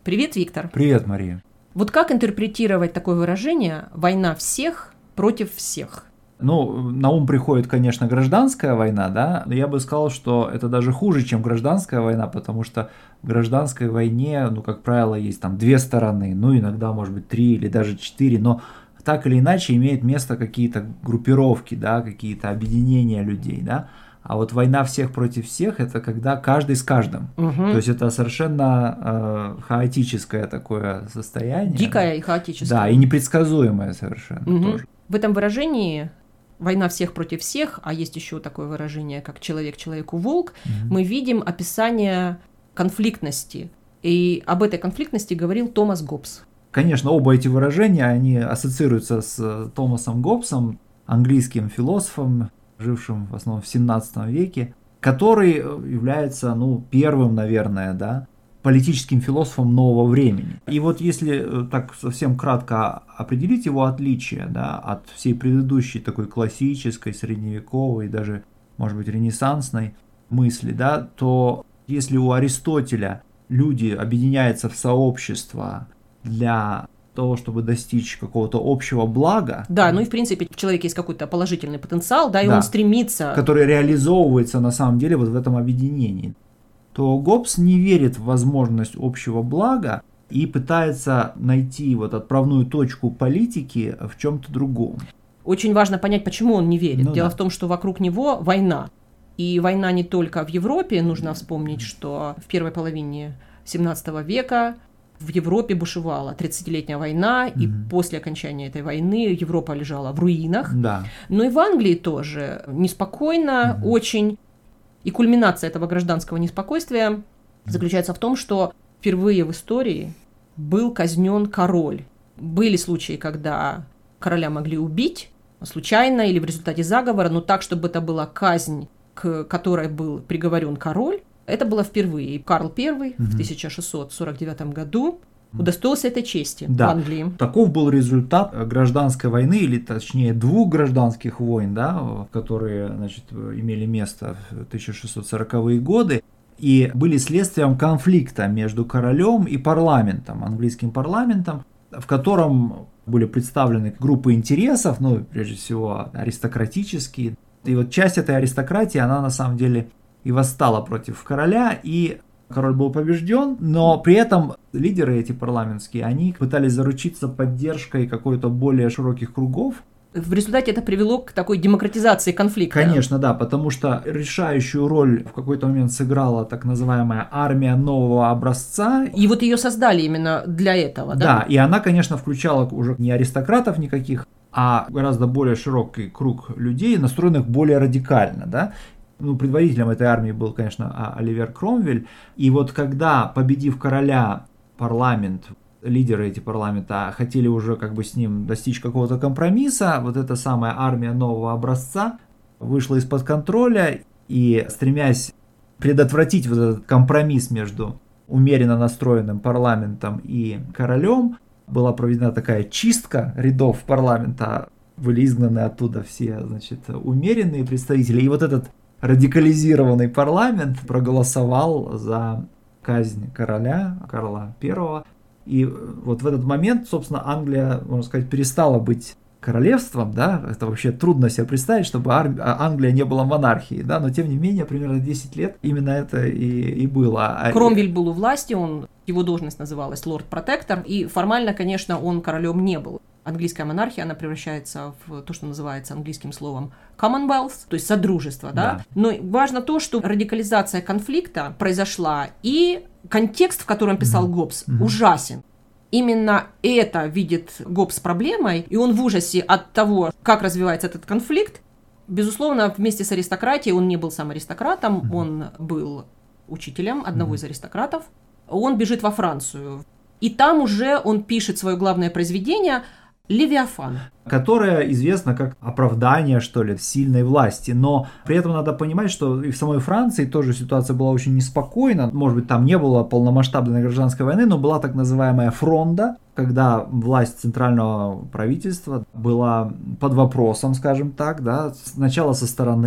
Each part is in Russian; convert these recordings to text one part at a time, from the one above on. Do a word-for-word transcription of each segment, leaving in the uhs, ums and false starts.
Привет, Виктор. Привет, Мария. Вот как интерпретировать такое выражение «война всех против всех»? Ну, на ум приходит, конечно, гражданская война, да, но я бы сказал, что это даже хуже, чем гражданская война, потому что в гражданской войне, ну, как правило, есть там две стороны, ну, иногда, может быть, три или даже четыре, но так или иначе имеет место какие-то группировки, да, какие-то объединения людей, да. А вот война всех против всех – это когда каждый с каждым. Угу. То есть это совершенно э, хаотическое такое состояние. Дикое да? и хаотическое. Да, и непредсказуемое совершенно угу. тоже. В этом выражении «война всех против всех», а есть еще такое выражение, как «человек человеку волк», угу. мы видим описание конфликтности. И об этой конфликтности говорил Томас Гоббс. Конечно, оба эти выражения, они ассоциируются с Томасом Гоббсом, английским философом, жившим в основном в семнадцатом веке, который является, ну, первым, наверное, да, политическим философом нового времени. И вот если так совсем кратко определить его отличие, да, от всей предыдущей такой классической, средневековой, даже, может быть, ренессансной мысли, да, то если у Аристотеля люди объединяются в сообщество для того, чтобы достичь какого-то общего блага. Да, ну и в принципе в человеке есть какой-то положительный потенциал, да, и да, он стремится... который реализовывается на самом деле вот в этом объединении. То Гоббс не верит в возможность общего блага и пытается найти вот отправную точку политики в чем-то другом. Очень важно понять, почему он не верит. Ну, Дело да. в том, что вокруг него война. И война не только в Европе. Нужно вспомнить, что в первой половине семнадцатого века в Европе бушевала тридцатилетняя война, mm-hmm. и после окончания этой войны Европа лежала в руинах. Да. Но и в Англии тоже неспокойно mm-hmm. очень. И кульминация этого гражданского неспокойствия mm-hmm. заключается в том, что впервые в истории был казнен король. Были случаи, когда короля могли убить случайно или в результате заговора, но так, чтобы это была казнь, к которой был приговорен король. Это было впервые. И Карл Первый угу. в тысяча шестьсот сорок девятом году удостоился этой чести да. в Англии. Таков был результат гражданской войны, или точнее двух гражданских войн, да, которые, значит, имели место в тысяча шестьсот сороковые годы и были следствием конфликта между королем и парламентом, английским парламентом, в котором были представлены группы интересов, ну, прежде всего, аристократические. И вот часть этой аристократии, она на самом деле и восстала против короля, и король был побежден, но при этом лидеры эти парламентские, они пытались заручиться поддержкой какой-то более широких кругов. В результате это привело к такой демократизации конфликта. Конечно, да, потому что решающую роль в какой-то момент сыграла так называемая армия нового образца. И вот ее создали именно для этого, да? Да, и она, конечно, включала уже не аристократов никаких, а гораздо более широкий круг людей, настроенных более радикально, да. Ну, предводителем этой армии был, конечно, Оливер Кромвель. И вот когда, победив короля, парламент, лидеры эти парламента хотели уже как бы с ним достичь какого-то компромисса, вот эта самая армия нового образца вышла из-под контроля и, стремясь предотвратить вот этот компромисс между умеренно настроенным парламентом и королем, была проведена такая чистка рядов парламента, были изгнаны оттуда все, значит, умеренные представители. И вот этот радикализированный парламент проголосовал за казнь короля Карла Первого. И вот в этот момент, собственно, Англия, можно сказать, перестала быть королевством, да, это вообще трудно себе представить, чтобы Англия не была монархией, да, но тем не менее, примерно десять лет именно это и, и было. Кромвель был у власти, он, его должность называлась лорд-протектор, и формально, конечно, он королем не был. Английская монархия, она превращается в то, что называется английским словом Commonwealth, то есть содружество, да? Да. Но важно то, что радикализация конфликта произошла, и контекст, в котором писал mm-hmm. Гоббс, mm-hmm. ужасен. Именно это видит Гоббс проблемой, и он в ужасе от того, как развивается этот конфликт. Безусловно, вместе с аристократией, он не был сам аристократом, mm-hmm. он был учителем одного mm-hmm. из аристократов, он бежит во Францию. И там уже он пишет свое главное произведение «Левиафан», которая известна как оправдание, что ли, сильной власти. Но при этом надо понимать, что и в самой Франции тоже ситуация была очень неспокойна. Может быть, там не было полномасштабной гражданской войны, но была так называемая фронда, когда власть центрального правительства была под вопросом, скажем так, да, сначала со стороны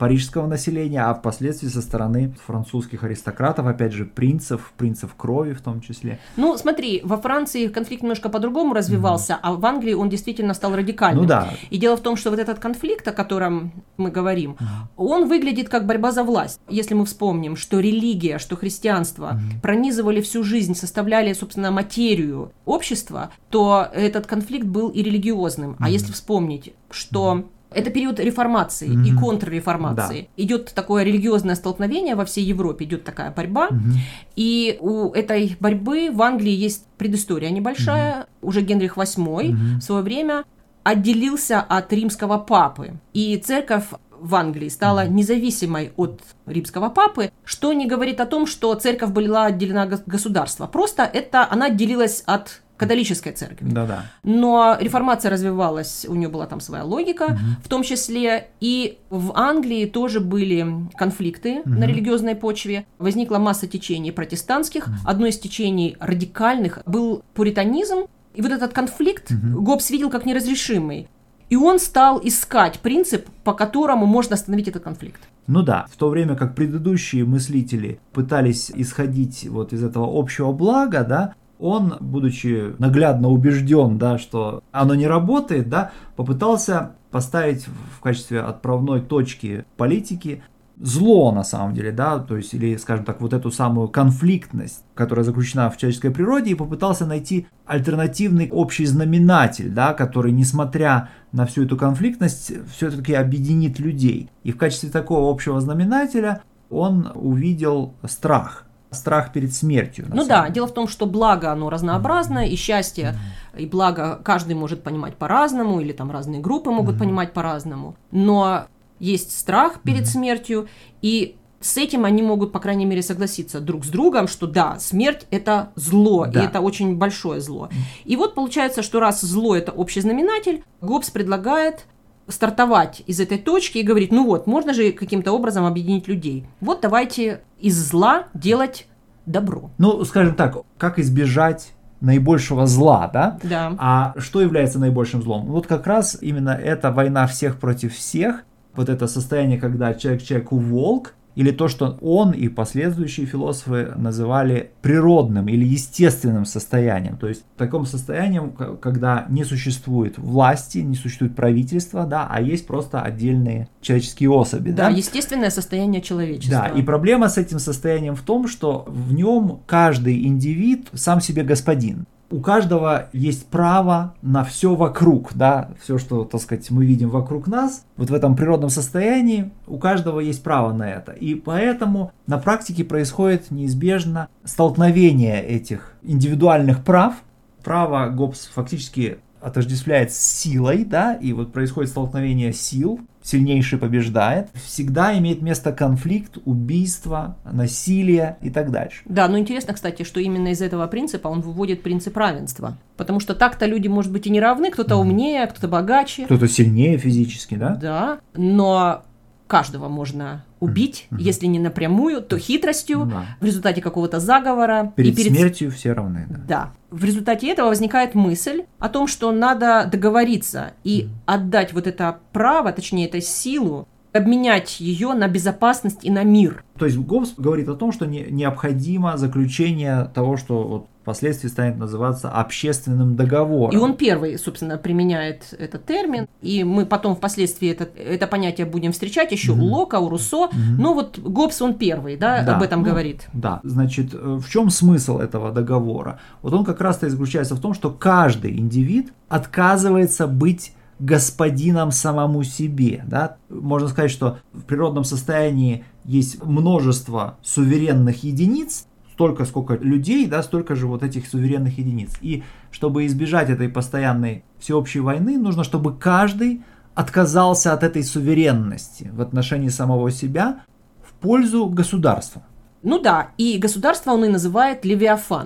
парижского населения, а впоследствии со стороны французских аристократов, опять же, принцев, принцев крови в том числе. Ну, смотри, во Франции конфликт немножко по-другому развивался, mm-hmm. а в Англии он действительно стал радикальным. Ну да. И дело в том, что вот этот конфликт, о котором мы говорим, mm-hmm. он выглядит как борьба за власть. Если мы вспомним, что религия, что христианство mm-hmm. пронизывали всю жизнь, составляли, собственно, материю общества, то этот конфликт был и религиозным. Mm-hmm. А если вспомнить, что... Mm-hmm. Это период реформации mm-hmm. и контрреформации. Да. Идет такое религиозное столкновение во всей Европе, идет такая борьба. Mm-hmm. И у этой борьбы в Англии есть предыстория небольшая. Mm-hmm. Уже Генрих восьмой mm-hmm. в свое время отделился от римского папы. И церковь в Англии стала независимой от римского папы, что не говорит о том, что церковь была отделена от государства. Просто это она отделилась от католической церкви. Да-да. Но реформация развивалась, у нее была там своя логика, угу. в том числе и в Англии тоже были конфликты угу. на религиозной почве. Возникла масса течений протестантских. Угу. Одно из течений радикальных был пуританизм. И вот этот конфликт угу. Гоббс видел как неразрешимый. И он стал искать принцип, по которому можно остановить этот конфликт. Ну да, в то время как предыдущие мыслители пытались исходить вот из этого общего блага, да, он, будучи наглядно убежден, да, что оно не работает, да, попытался поставить в качестве отправной точки политики зло на самом деле, да, то есть, или, скажем так, вот эту самую конфликтность, которая заключена в человеческой природе, и попытался найти альтернативный общий знаменатель, да, который, несмотря на всю эту конфликтность, все-таки объединит людей. И в качестве такого общего знаменателя он увидел страх. Страх перед смертью. Ну да, дело в том, что благо, оно разнообразное, и счастье, mm-hmm. и благо каждый может понимать по-разному, или там разные группы могут mm-hmm. понимать по-разному. Но есть страх перед mm-hmm. смертью, и с этим они могут, по крайней мере, согласиться друг с другом, что да, смерть – это зло, да. и это очень большое зло. Mm-hmm. И вот получается, что раз зло – это общий знаменатель, Гоббс предлагает стартовать из этой точки и говорить, ну вот, можно же каким-то образом объединить людей. Вот давайте из зла делать добро. Ну, скажем так, как избежать наибольшего зла, да? Да. А что является наибольшим злом? Вот как раз именно эта война всех против всех, вот это состояние, когда человек человеку волк, или то, что он и последующие философы называли природным или естественным состоянием. То есть таком состоянием, когда не существует власти, не существует правительства, да, а есть просто отдельные человеческие особи. Да, да? естественное состояние человечества. Да, и проблема с этим состоянием в том, что в нем каждый индивид сам себе господин. У каждого есть право на все вокруг, да, все, что, так сказать, мы видим вокруг нас, вот в этом природном состоянии у каждого есть право на это. И поэтому на практике происходит неизбежно столкновение этих индивидуальных прав. Право Гоббс фактически отождествляет с силой, да, и вот происходит столкновение сил, сильнейший побеждает, всегда имеет место конфликт, убийство, насилие и так дальше. Да, но интересно, кстати, что именно из этого принципа он выводит принцип равенства, потому что так-то люди, может быть, и не равны, кто-то умнее, кто-то богаче. Кто-то сильнее физически, да? Да, но каждого можно убить, mm-hmm. если не напрямую, то хитростью, да. в результате какого-то заговора. Перед, и перед смертью все равны. Да. да. В результате этого возникает мысль о том, что надо договориться и mm-hmm. отдать вот это право, точнее, это силу, обменять ее на безопасность и на мир. То есть Гоббс говорит о том, что не, необходимо заключение того, что вот впоследствии станет называться общественным договором. И он первый, собственно, применяет этот термин, и мы потом впоследствии это, это понятие будем встречать еще mm-hmm. у Лока, у Руссо, mm-hmm. но вот Гоббс он первый, да, да об этом ну, говорит. Да, значит, в чем смысл этого договора? Вот он как раз-то и заключается в том, что каждый индивид отказывается быть господином самому себе, да? Можно сказать, что в природном состоянии есть множество суверенных единиц, столько, сколько людей, да, столько же вот этих суверенных единиц. И чтобы избежать этой постоянной всеобщей войны, нужно, чтобы каждый отказался от этой суверенности в отношении самого себя в пользу государства. Ну да, и государство он и называет левиафаном.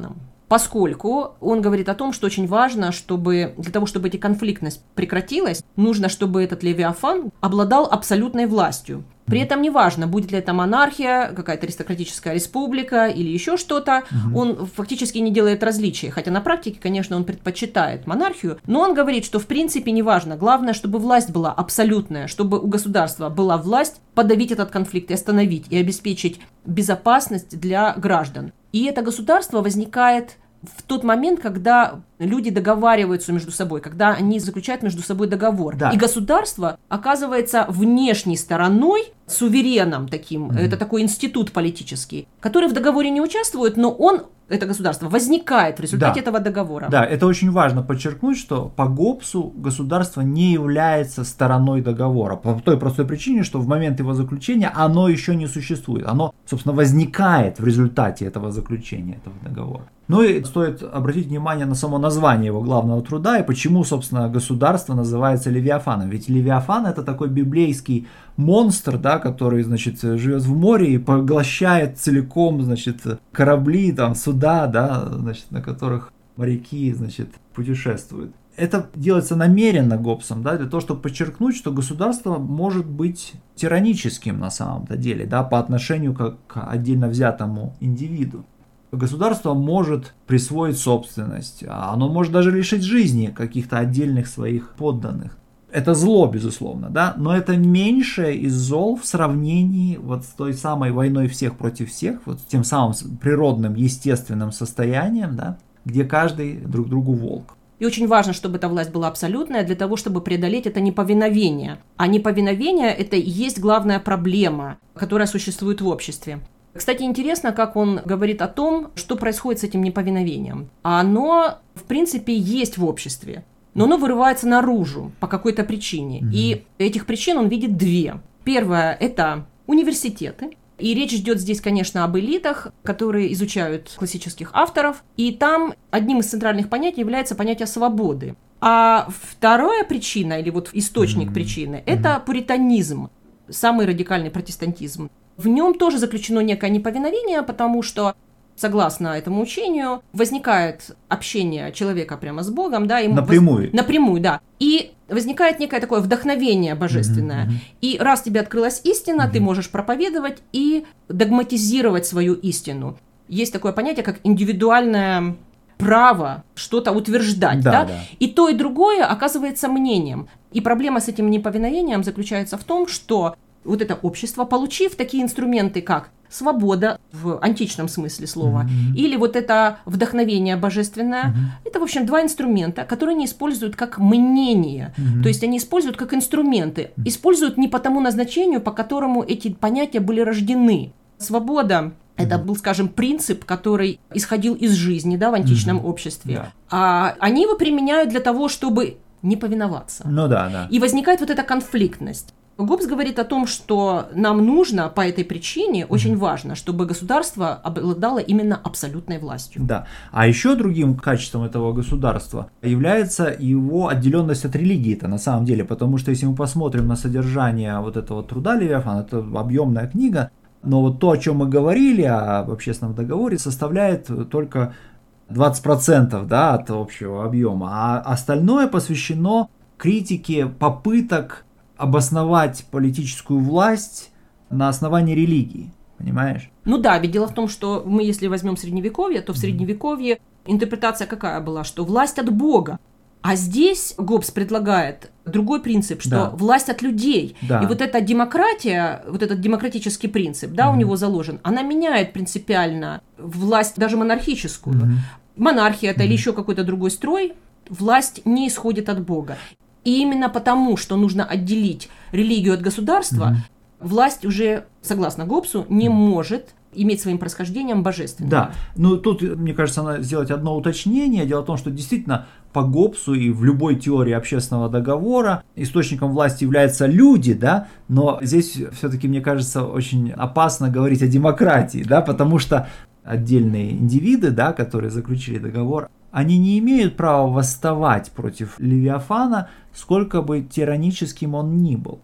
поскольку он говорит о том, что очень важно, чтобы для того, чтобы эта конфликтность прекратилась, нужно, чтобы этот Левиафан обладал абсолютной властью. При этом неважно, будет ли это монархия, какая-то аристократическая республика или еще что-то, угу. Он фактически не делает различий, хотя на практике, конечно, он предпочитает монархию, но он говорит, что в принципе неважно, главное, чтобы власть была абсолютная, чтобы у государства была власть подавить этот конфликт и остановить, и обеспечить безопасность для граждан. И это государство возникает в тот момент, когда люди договариваются между собой, когда они заключают между собой договор. Да. И государство оказывается внешней стороной, сувереном таким, mm-hmm. это такой институт политический, который в договоре не участвует, но он, это государство, возникает в результате да. этого договора. Да, это очень важно подчеркнуть, что по Гоббсу государство не является стороной договора, по той простой причине, что в момент его заключения оно еще не существует, оно, собственно, возникает в результате этого заключения, этого договора. Ну и стоит обратить внимание на само название его главного труда и почему, собственно, государство называется Левиафаном. Ведь Левиафан — это такой библейский монстр, да, который, значит, живет в море и поглощает целиком, значит, корабли, там, суда, да, значит, на которых моряки, значит, путешествуют. Это делается намеренно Гоббсом, да, для того, чтобы подчеркнуть, что государство может быть тираническим на самом-то деле, да, по отношению к, к отдельно взятому индивиду. Государство может присвоить собственность, оно может даже лишить жизни каких-то отдельных своих подданных. Это зло, безусловно, да, но это меньшее из зол в сравнении вот с той самой войной всех против всех, вот с тем самым природным, естественным состоянием, да, где каждый друг другу волк. И очень важно, чтобы эта власть была абсолютная для того, чтобы преодолеть это неповиновение. А неповиновение – это и есть главная проблема, которая существует в обществе. Кстати, интересно, как он говорит о том, что происходит с этим неповиновением. А оно, в принципе, есть в обществе, но оно вырывается наружу по какой-то причине. Mm-hmm. И этих причин он видит две. Первая – это университеты. И речь идет здесь, конечно, об элитах, которые изучают классических авторов. И там одним из центральных понятий является понятие свободы. А вторая причина, или вот источник mm-hmm. причины – это mm-hmm. пуританизм, самый радикальный протестантизм. В нем тоже заключено некое неповиновение, потому что, согласно этому учению, возникает общение человека прямо с Богом, да, ему напрямую. Воз... Напрямую, да. И возникает некое такое вдохновение божественное. Mm-hmm. И раз тебе открылась истина, mm-hmm. ты можешь проповедовать и догматизировать свою истину. Есть такое понятие, как индивидуальное право что-то утверждать, да, да? Да. И то, и другое оказывается мнением. И проблема с этим неповиновением заключается в том, что вот это общество, получив такие инструменты, как свобода в античном смысле слова, mm-hmm. или вот это вдохновение божественное, mm-hmm. это, в общем, два инструмента, которые они используют как мнение. Mm-hmm. То есть они используют как инструменты, mm-hmm. используют не по тому назначению, по которому эти понятия были рождены. Свобода – это был, скажем, принцип, который исходил из жизни, да, в античном mm-hmm. обществе. Yeah. А они его применяют для того, чтобы не повиноваться. Ну да, да. И возникает вот эта конфликтность. Гоббс говорит о том, что нам нужно по этой причине, очень mm-hmm. важно, чтобы государство обладало именно абсолютной властью. Да. А еще другим качеством этого государства является его отделенность от религии-то на самом деле, потому что если мы посмотрим на содержание вот этого труда Левиафана, это объемная книга, но вот то, о чем мы говорили, об общественном договоре, составляет только двадцать процентов, да, от общего объема, а остальное посвящено критике попыток обосновать политическую власть на основании религии, понимаешь? Ну да, ведь дело в том, что мы, если возьмем Средневековье, то в Средневековье интерпретация какая была, что власть от Бога. А здесь Гоббс предлагает другой принцип, что да. власть от людей. Да. И вот эта демократия, вот этот демократический принцип, да, mm-hmm. у него заложен, она меняет принципиально власть даже монархическую. Mm-hmm. Монархия это mm-hmm. или еще какой-то другой строй, власть не исходит от Бога. И именно потому, что нужно отделить религию от государства, mm-hmm. власть уже, согласно Гоббсу, не mm-hmm. может иметь своим происхождением божественное. Да, ну тут, мне кажется, надо сделать одно уточнение. Дело в том, что действительно по Гоббсу и в любой теории общественного договора источником власти являются люди, да, но здесь все-таки, мне кажется, очень опасно говорить о демократии, да, потому что отдельные индивиды, да, которые заключили договор, они не имеют права восставать против Левиафана, сколько бы тираническим он ни был.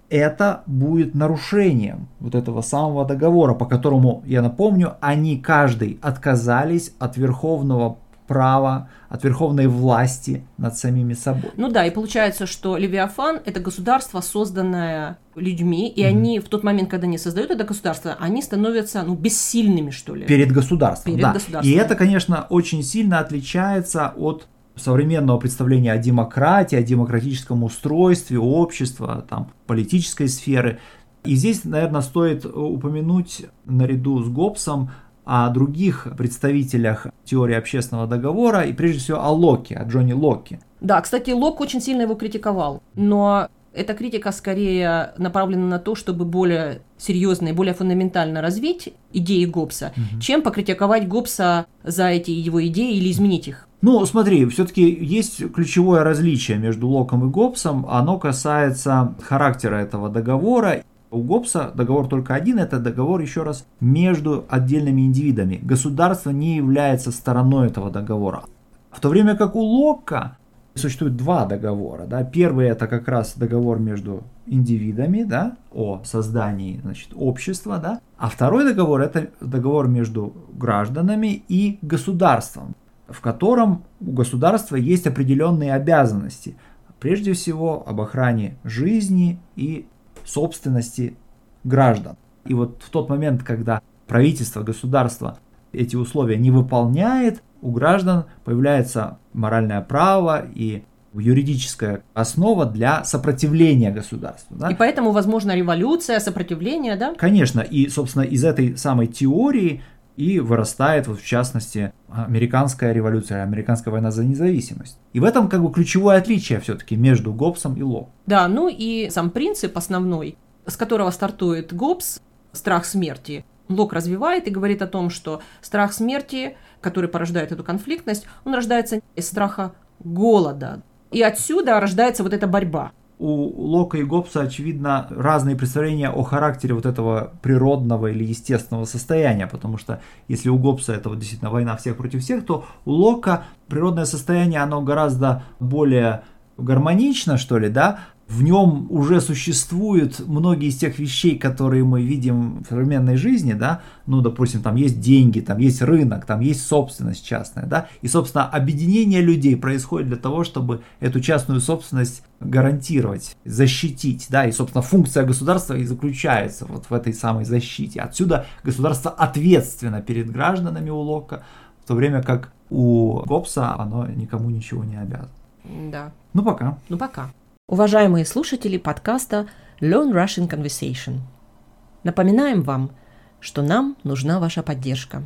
это будет нарушением вот этого самого договора, по которому, я напомню, они каждый отказались от верховного права, от верховной власти над самими собой. Ну да, и получается, что Левиафан – это государство, созданное людьми, и mm-hmm. они в тот момент, когда они создают это государство, они становятся, ну, бессильными, что ли. Перед государством, Перед да. государством. И это, конечно, очень сильно отличается от современного представления о демократии, о демократическом устройстве общества, там, политической сферы. И здесь, наверное, стоит упомянуть наряду с Гоббсом о других представителях теории общественного договора, и прежде всего о Локе, о Джоне Локе. Да, кстати, Лок очень сильно его критиковал, но эта критика скорее направлена на то, чтобы более серьезно и более фундаментально развить идеи Гоббса, угу. чем покритиковать Гоббса за эти его идеи или изменить их. Ну, смотри, все-таки есть ключевое различие между Локом и Гоббсом, оно касается характера этого договора. У Гоббса договор только один, это договор, еще раз, между отдельными индивидами. Государство не является стороной этого договора. В то время как у Лока существует два договора. Да? Первый это как раз договор между индивидами, да, о создании, значит, общества, да? А второй договор это договор между гражданами и государством, в котором у государства есть определенные обязанности. Прежде всего об охране жизни и собственности граждан. И вот в тот момент, когда правительство, государство эти условия не выполняет, у граждан появляется моральное право и юридическая основа для сопротивления государству. Да? И поэтому возможна революция, сопротивление, да? Конечно. И, собственно, из этой самой теории и вырастает, вот, в частности, американская революция, американская война за независимость. И в этом как бы ключевое отличие все-таки между Гоббсом и Локом. Да, ну и сам принцип основной, с которого стартует Гоббс, страх смерти, Лок развивает и говорит о том, что страх смерти, который порождает эту конфликтность, он рождается из страха голода. И отсюда рождается вот эта борьба. У Лока и Гоббса, очевидно, разные представления о характере вот этого природного или естественного состояния, потому что если у Гоббса это вот действительно война всех против всех, то у Лока природное состояние, оно гораздо более гармонично, что ли, да, в нем уже существуют многие из тех вещей, которые мы видим в современной жизни, да, ну, допустим, там есть деньги, там есть рынок, там есть собственность частная, да, и, собственно, объединение людей происходит для того, чтобы эту частную собственность гарантировать, защитить, да, и, собственно, функция государства и заключается вот в этой самой защите. Отсюда государство ответственно перед гражданами у Лока, в то время как у Гоббса оно никому ничего не обязано. Да. Ну, пока. Ну, пока. Уважаемые слушатели подкаста Learn Russian Conversation, напоминаем вам, что нам нужна ваша поддержка.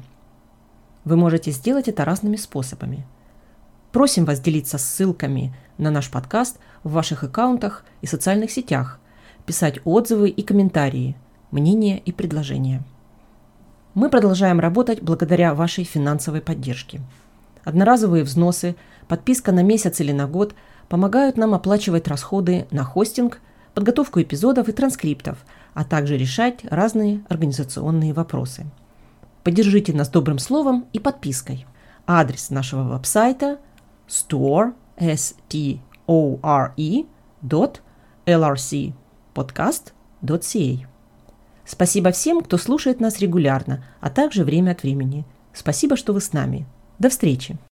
Вы можете сделать это разными способами. Просим вас делиться ссылками на наш подкаст в ваших аккаунтах и социальных сетях, писать отзывы и комментарии, мнения и предложения. Мы продолжаем работать благодаря вашей финансовой поддержке. Одноразовые взносы, подписка на месяц или на год помогают нам оплачивать расходы на хостинг, подготовку эпизодов и транскриптов, а также решать разные организационные вопросы. Поддержите нас добрым словом и подпиской. Адрес нашего веб-сайта store, s t o r e, dot l r c podcast dot c a. Спасибо всем, кто слушает нас регулярно, а также время от времени. Спасибо, что вы с нами. До встречи!